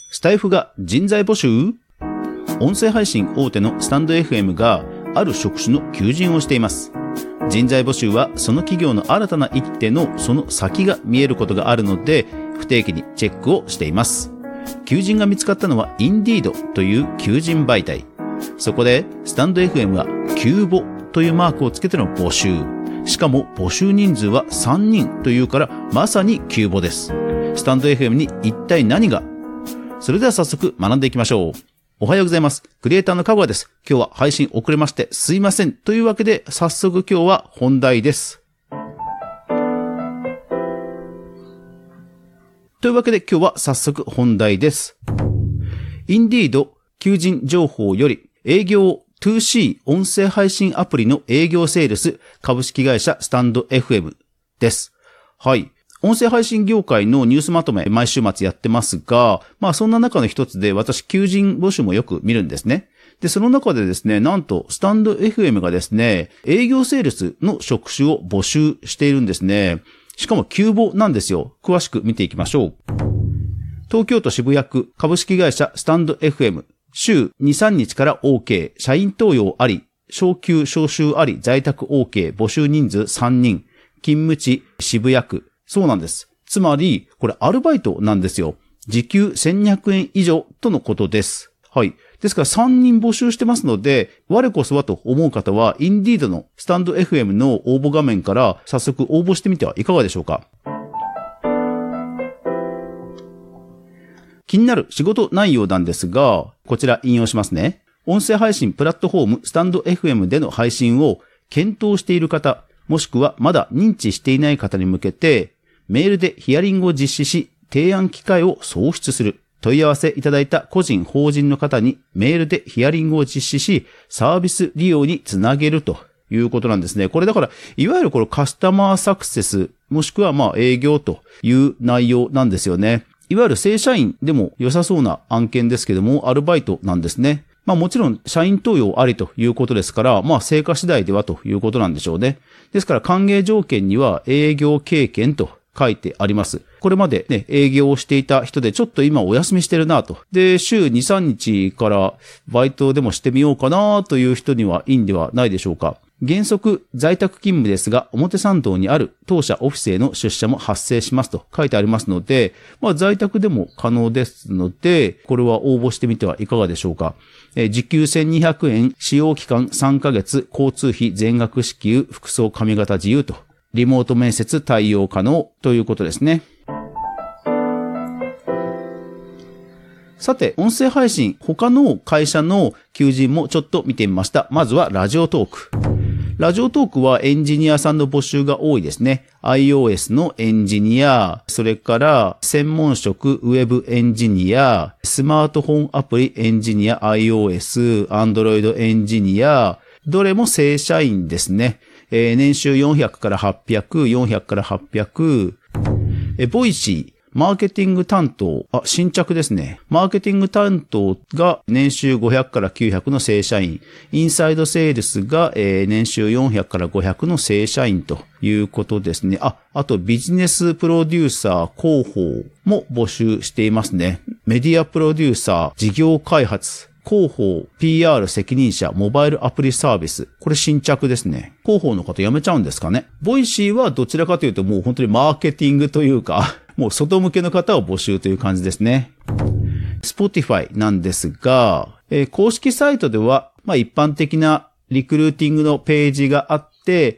スタイフが人材募集？音声配信大手のスタンド FM がある職種の求人をしています。人材募集はその企業の新たな一手のその先が見えることがあるので、不定期にチェックをしています。求人が見つかったのは Indeed という求人媒体。そこでスタンド FM は求募というマークをつけての募集。しかも募集人数は3人というからまさに求募です。スタンド FM に一体何が？それでは早速学んでいきましょう。おはようございます。クリエイターのかぐわです。今日は配信遅れましてすいません。というわけで早速今日は本題です。というわけで今日は早速本題です。Indeed 求人情報より営業 2C 音声配信アプリの営業セールス株式会社スタンド FM です。はい。音声配信業界のニュースまとめ毎週末やってますが、そんな中の一つで私求人募集もよく見るんですね。で、その中でですね、なんとスタンド FM がですね、営業セールスの職種を募集しているんですね。しかも求募なんですよ。詳しく見ていきましょう。東京都渋谷区株式会社スタンド FM、週2、3日から OK、社員登用あり、昇給昇収あり、在宅 OK、募集人数3人、勤務地渋谷区。そうなんです。つまり、これアルバイトなんですよ。時給1200円以上とのことです。はい。ですから3人募集してますので、我こそはと思う方は、Indeed のスタンド FM の応募画面から早速応募してみてはいかがでしょうか。気になる仕事内容なんですが、こちら引用しますね。音声配信プラットフォームスタンド FM での配信を検討している方、もしくはまだ認知していない方に向けて、メールでヒアリングを実施し、提案機会を創出する。問い合わせいただいた個人、法人の方にメールでヒアリングを実施し、サービス利用につなげるということなんですね。これだから、いわゆるこのカスタマーサクセス、もしくは営業という内容なんですよね。いわゆる正社員でも良さそうな案件ですけども、アルバイトなんですね。もちろん社員登用ありということですから、成果次第ではということなんでしょうね。ですから歓迎条件には営業経験と書いてあります。これまでね、営業をしていた人でちょっと今お休みしてるなと。で、週2、3日からバイトでもしてみようかなという人にはいいんではないでしょうか。原則在宅勤務ですが、表参道にある当社オフィスへの出社も発生しますと書いてありますので、在宅でも可能ですので、これは応募してみてはいかがでしょうか。時給1200円、使用期間3ヶ月、交通費全額支給、服装髪型自由と、リモート面接対応可能ということですね。さて、音声配信、他の会社の求人もちょっと見てみました。まずはラジオトーク。ラジオトークはエンジニアさんの募集が多いですね。iOS のエンジニア、それから専門職ウェブエンジニア、スマートフォンアプリエンジニア、iOS、Android エンジニア、どれも正社員ですね。年収400から800、400から800、ボイシー、マーケティング担当、新着ですね。マーケティング担当が年収500から900の正社員。インサイドセールスが年収400から500の正社員ということですね。あとビジネスプロデューサー、広報も募集していますね。メディアプロデューサー、事業開発。広報、PR 責任者、モバイルアプリサービス。これ新着ですね。広報の方辞めちゃうんですかね。ボイシーはどちらかというともう本当にマーケティングというか、もう外向けの方を募集という感じですね。Spotify なんですが、公式サイトでは、一般的なリクルーティングのページがあって、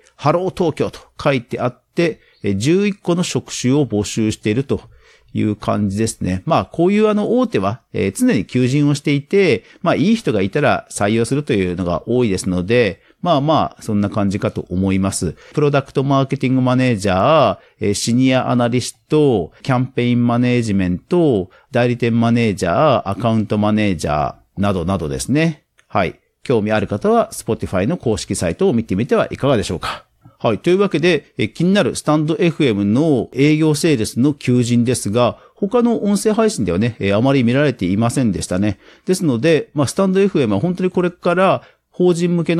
ハロー東京と書いてあって、11個の職種を募集しているという感じですね。こういう大手は、常に求人をしていて、いい人がいたら採用するというのが多いですので、そんな感じかと思います。プロダクトマーケティングマネージャー、シニアアナリスト、キャンペーンマネージメント、代理店マネージャー、アカウントマネージャー、などなどですね。はい。興味ある方は Spotify の公式サイトを見てみてはいかがでしょうか。はい。というわけで、気になるスタンド FM の営業セールスの求人ですが、他の音声配信ではね、あまり見られていませんでしたね。ですので、スタンド FM は本当にこれから法人向けの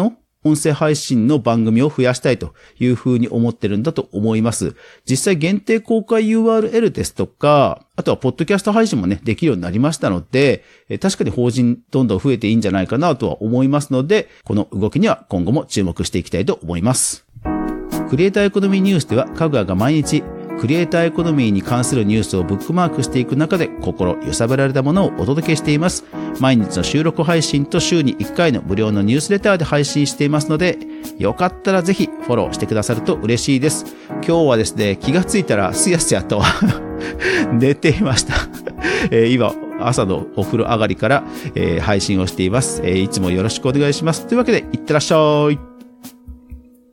音声配信の番組を増やしたいというふうに思ってるんだと思います。実際限定公開 URL ですとか、あとはポッドキャスト配信もね、できるようになりましたので、確かに法人どんどん増えていいんじゃないかなとは思いますので、この動きには今後も注目していきたいと思います。クリエイターエコノミーニュースでは、かぐわが毎日、クリエイターエコノミーに関するニュースをブックマークしていく中で心揺さぶられたものをお届けしています。毎日の収録配信と週に1回の無料のニュースレターで配信していますので、よかったらぜひフォローしてくださると嬉しいです。今日はですね、気がついたらすやすやと寝ていました。今、朝のお風呂上がりから、配信をしています。いつもよろしくお願いします。というわけで、いってらっしゃい。